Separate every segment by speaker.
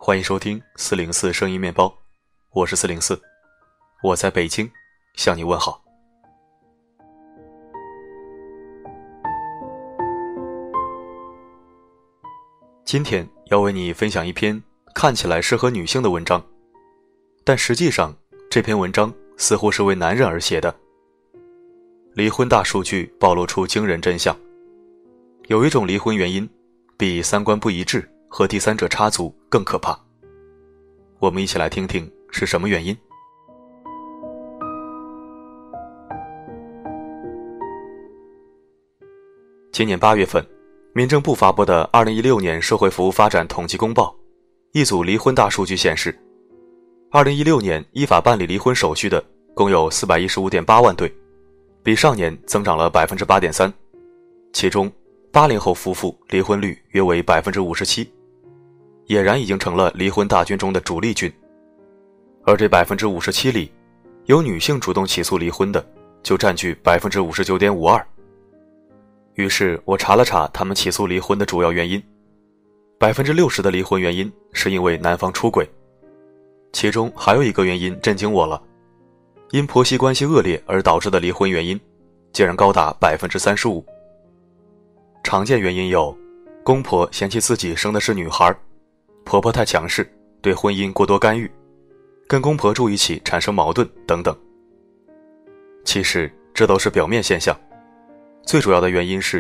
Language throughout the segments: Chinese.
Speaker 1: 欢迎收听404声音面包，我是404，我在北京向你问好。今天要为你分享一篇看起来适合女性的文章，但实际上这篇文章似乎是为男人而写的。离婚大数据暴露出惊人真相，有一种离婚原因比三观不一致和第三者插足更可怕。我们一起来听听是什么原因。今年8月份，民政部发布的2016年社会服务发展统计公报，一组离婚大数据显示，2016年依法办理离婚手续的共有415.8万对，比上年增长了 8.3%， 其中80后夫妇离婚率约为 57%， 俨然已经成了离婚大军中的主力军。而这 57% 里，有女性主动起诉离婚的就占据 59.52%。 于是我查了查他们起诉离婚的主要原因， 60% 的离婚原因是因为男方出轨，其中还有一个原因震惊我了，因婆媳关系恶劣而导致的离婚原因竟然高达 35%。 常见原因有公婆嫌弃自己生的是女孩，婆婆太强势，对婚姻过多干预，跟公婆住一起产生矛盾等等。其实这都是表面现象，最主要的原因是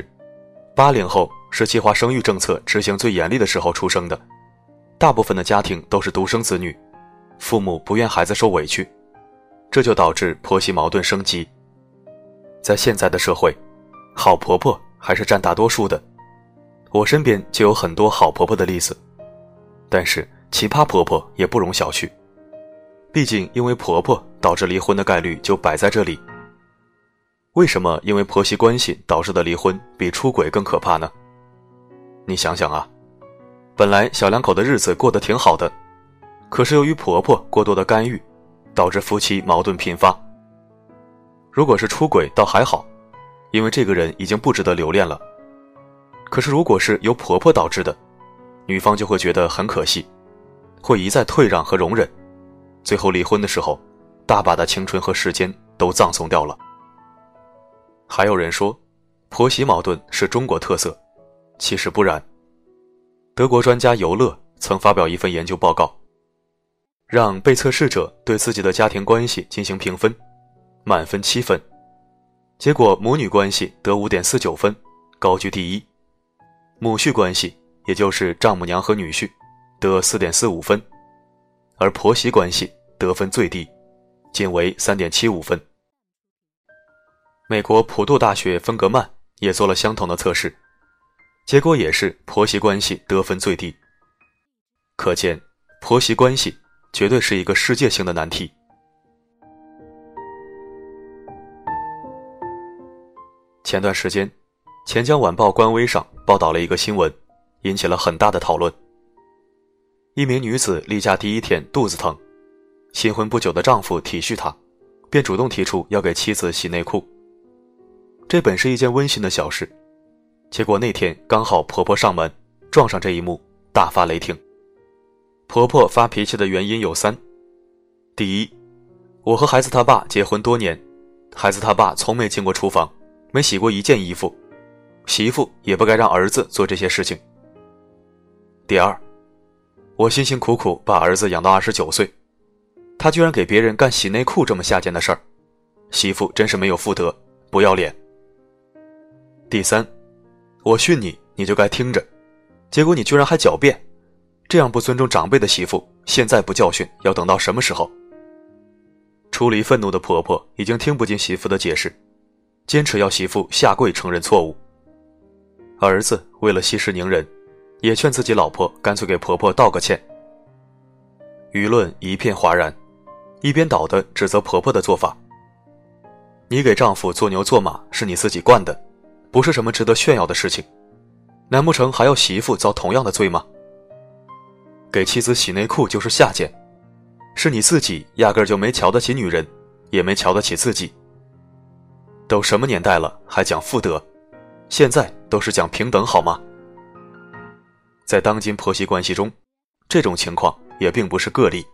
Speaker 1: 80后是计划生育政策执行最严厉的时候出生的，大部分的家庭都是独生子女，父母不愿孩子受委屈，这就导致婆媳矛盾升级。在现在的社会，好婆婆还是占大多数的，我身边就有很多好婆婆的例子，但是奇葩婆婆也不容小觑，毕竟因为婆婆导致离婚的概率就摆在这里。为什么因为婆媳关系导致的离婚比出轨更可怕呢？你想想啊，本来小两口的日子过得挺好的，可是由于婆婆过多的干预，导致夫妻矛盾频发。如果是出轨倒还好，因为这个人已经不值得留恋了，可是如果是由婆婆导致的，女方就会觉得很可惜，会一再退让和容忍，最后离婚的时候，大把的青春和时间都葬送掉了。还有人说婆媳矛盾是中国特色，其实不然。德国专家尤勒曾发表一份研究报告，让被测试者对自己的家庭关系进行评分，满分7分，结果母女关系得 5.49 分，高居第一，母婿关系也就是丈母娘和女婿得 4.45 分，而婆媳关系得分最低，仅为 3.75 分。美国普渡大学芬格曼也做了相同的测试，结果也是婆媳关系得分最低。可见婆媳关系绝对是一个世界性的难题。前段时间，钱江晚报官微上报道了一个新闻，引起了很大的讨论。一名女子例假第一天肚子疼，新婚不久的丈夫体恤她，便主动提出要给妻子洗内裤。这本是一件温馨的小事，结果那天刚好婆婆上门，撞上这一幕，大发雷霆。婆婆发脾气的原因有3：第一，我和孩子他爸结婚多年，孩子他爸从没进过厨房，没洗过一件衣服，媳妇也不该让儿子做这些事情。第二，我辛辛苦苦把儿子养到29岁，他居然给别人干洗内裤这么下贱的事儿，媳妇真是没有妇德，不要脸。第三，我训你，你就该听着，结果你居然还狡辩，这样不尊重长辈的媳妇，现在不教训，要等到什么时候？出离愤怒的婆婆已经听不进媳妇的解释，坚持要媳妇下跪承认错误。儿子为了息事宁人，也劝自己老婆干脆给婆婆道个歉。舆论一片哗然，一边倒的指责婆婆的做法。你给丈夫做牛做马是你自己惯的，不是什么值得炫耀的事情，难不成还要媳妇遭同样的罪吗？给妻子洗内裤就是下贱，是你自己压根儿就没瞧得起女人，也没瞧得起自己。都什么年代了，还讲妇德，现在都是讲平等好吗？在当今婆媳关系中， 这种情况也并不是个例。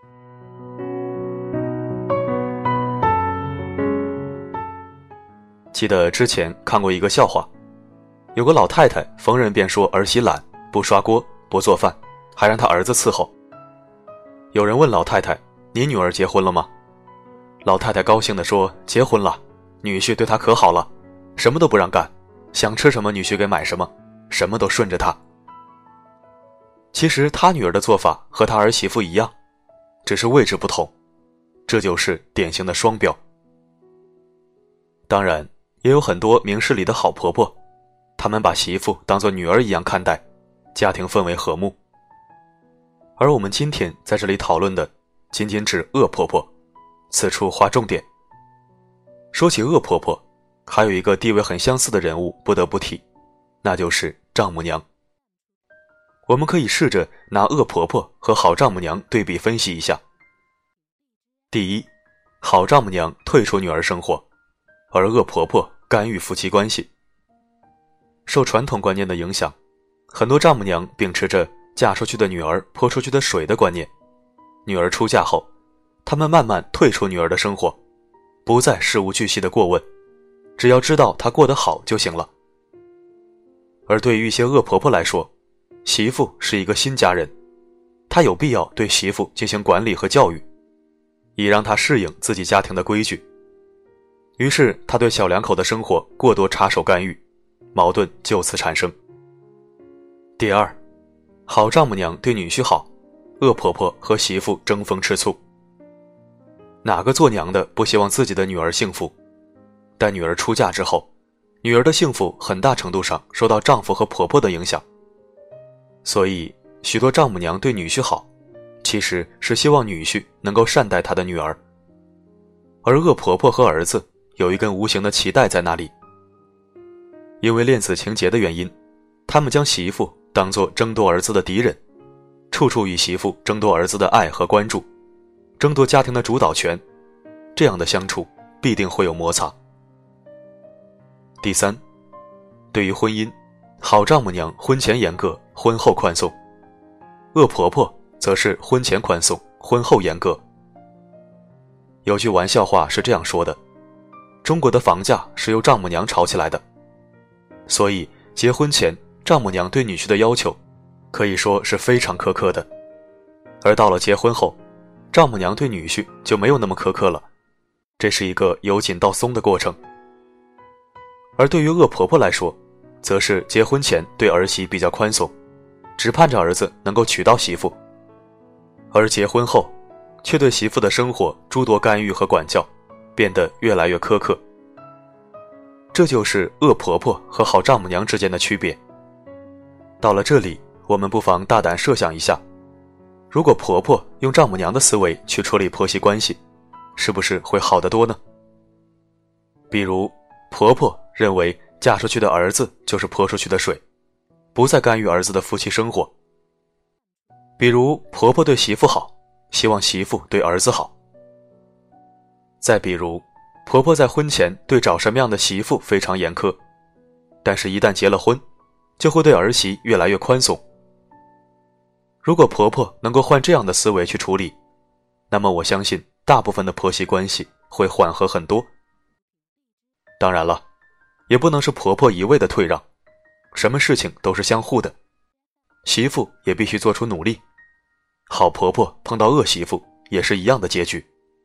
Speaker 1: 记得之前看过一个笑话，有个老太太逢人便说儿媳懒，不刷锅，不做饭，还让她儿子伺候。有人问老太太，你女儿结婚了吗？老太太高兴地说，结婚了，女婿对她可好了，什么都不让干，想吃什么女婿给买什么，什么都顺着她。其实她女儿的做法和她儿媳妇一样，只是位置不同，这就是典型的双标。当然也有很多明事理的好婆婆，她们把媳妇当作女儿一样看待，家庭氛围和睦。而我们今天在这里讨论的仅仅指恶婆婆，此处划重点。说起恶婆婆，还有一个地位很相似的人物不得不提，那就是丈母娘。我们可以试着拿恶婆婆和好丈母娘对比分析一下。第一，好丈母娘退出女儿生活，而恶婆婆干预夫妻关系。受传统观念的影响，很多丈母娘秉持着嫁出去的女儿泼出去的水的观念，女儿出嫁后，她们慢慢退出女儿的生活，不再事无巨细的过问，只要知道她过得好就行了。而对于一些恶婆婆来说，媳妇是一个新家人，她有必要对媳妇进行管理和教育，以让她适应自己家庭的规矩。于是她对小两口的生活过多插手干预，矛盾就此产生。第二，好丈母娘对女婿好，恶婆婆和媳妇争风吃醋。哪个做娘的不希望自己的女儿幸福？但女儿出嫁之后，女儿的幸福很大程度上受到丈夫和婆婆的影响。所以许多丈母娘对女婿好，其实是希望女婿能够善待她的女儿。而恶婆婆和儿子有一根无形的脐带在那里，因为恋子情结的原因，他们将媳妇当作争夺儿子的敌人，处处与媳妇争夺儿子的爱和关注，争夺家庭的主导权，这样的相处必定会有摩擦。第三，对于婚姻，好丈母娘婚前严格，婚后宽松，恶婆婆则是婚前宽松，婚后严格。有句玩笑话是这样说的，中国的房价是由丈母娘炒起来的，所以结婚前丈母娘对女婿的要求可以说是非常苛刻的，而到了结婚后，丈母娘对女婿就没有那么苛刻了，这是一个由紧到松的过程。而对于恶婆婆来说，则是结婚前对儿媳比较宽松，只盼着儿子能够娶到媳妇，而结婚后却对媳妇的生活诸多干预和管教，变得越来越苛刻。这就是恶婆婆和好丈母娘之间的区别。到了这里，我们不妨大胆设想一下，如果婆婆用丈母娘的思维去处理婆媳关系，是不是会好得多呢？比如婆婆认为嫁出去的儿子就是泼出去的水，不再干预儿子的夫妻生活。比如婆婆对媳妇好，希望媳妇对儿子好。再比如婆婆在婚前对找什么样的媳妇非常严苛，但是一旦结了婚，就会对儿媳越来越宽松。如果婆婆能够换这样的思维去处理，那么我相信大部分的婆媳关系会缓和很多。当然了，也不能是婆婆一味的退让，什么事情都是相互的，媳妇也必须做出努力，好婆婆碰到恶媳妇也是一样的结局。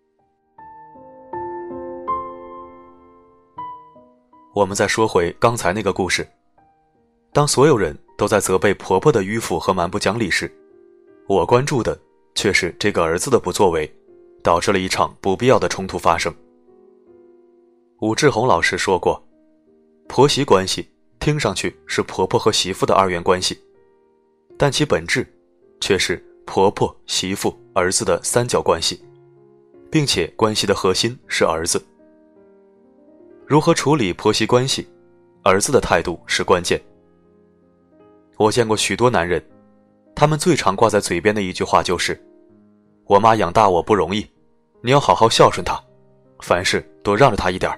Speaker 1: 我们再说回刚才那个故事，当所有人都在责备婆婆的迂腐和蛮不讲理时，我关注的却是这个儿子的不作为，导致了一场不必要的冲突发生。武志红老师说过，婆媳关系听上去是婆婆和媳妇的二元关系，但其本质却是婆婆、媳妇、儿子的三角关系，并且关系的核心是儿子。如何处理婆媳关系，儿子的态度是关键。我见过许多男人，他们最常挂在嘴边的一句话就是我妈养大我不容易，你要好好孝顺她，凡事多让着她一点。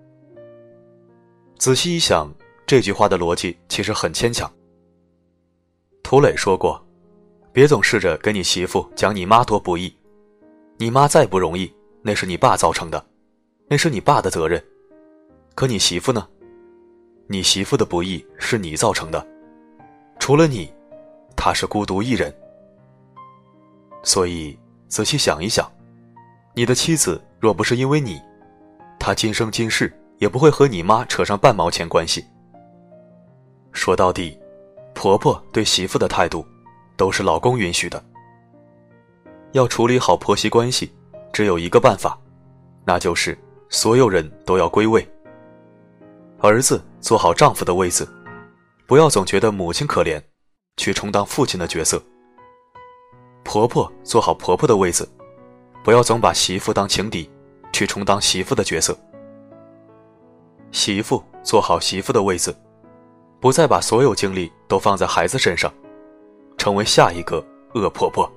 Speaker 1: 仔细一想，这句话的逻辑其实很牵强。涂磊说过， 别总试着跟你媳妇讲你妈多不易，你妈再不容易，那是你爸造成的，那是你爸的责任。可你媳妇呢？你媳妇的不易是你造成的，除了你，她是孤独一人。所以仔细想一想，你的妻子若不是因为你，她今生今世也不会和你妈扯上半毛钱关系。说到底，婆婆对媳妇的态度都是老公允许的。要处理好婆媳关系，只有一个办法，那就是所有人都要归位。儿子做好丈夫的位子，不要总觉得母亲可怜，去充当父亲的角色。婆婆做好婆婆的位子，不要总把媳妇当情敌，去充当媳妇的角色。媳妇做好媳妇的位子，不再把所有精力都放在孩子身上，成为下一个恶婆婆。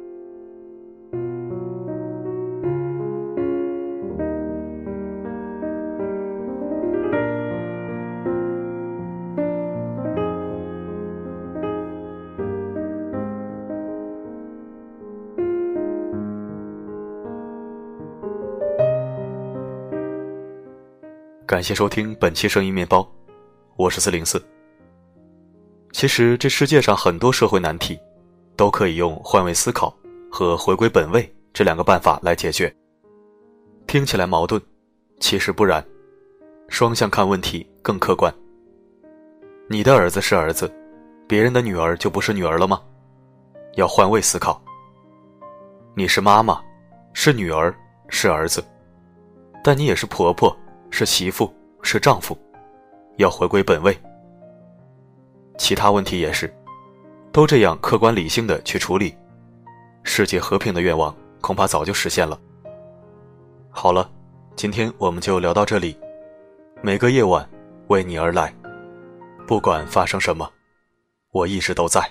Speaker 1: 感谢收听本期声音面包，我是404。其实这世界上很多社会难题都可以用换位思考和回归本位这两个办法来解决。听起来矛盾，其实不然，双向看问题更客观。你的儿子是儿子，别人的女儿就不是女儿了吗？要换位思考。你是妈妈，是女儿，是儿子，但你也是婆婆，是媳妇，是丈夫，要回归本位。其他问题也是，都这样客观理性的去处理，世界和平的愿望恐怕早就实现了。好了，今天我们就聊到这里。每个夜晚为你而来，不管发生什么，我一直都在。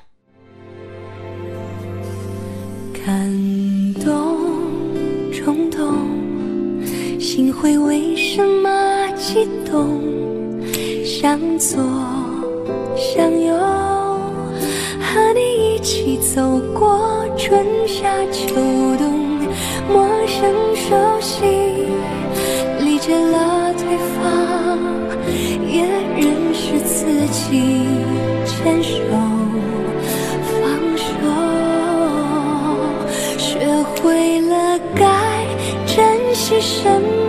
Speaker 2: 感动冲动，心会为什么激动？向左向右，和你一起走过春夏秋冬，陌生熟悉，理解了对方，也认识自己，牵手放手，学会了该珍惜什么，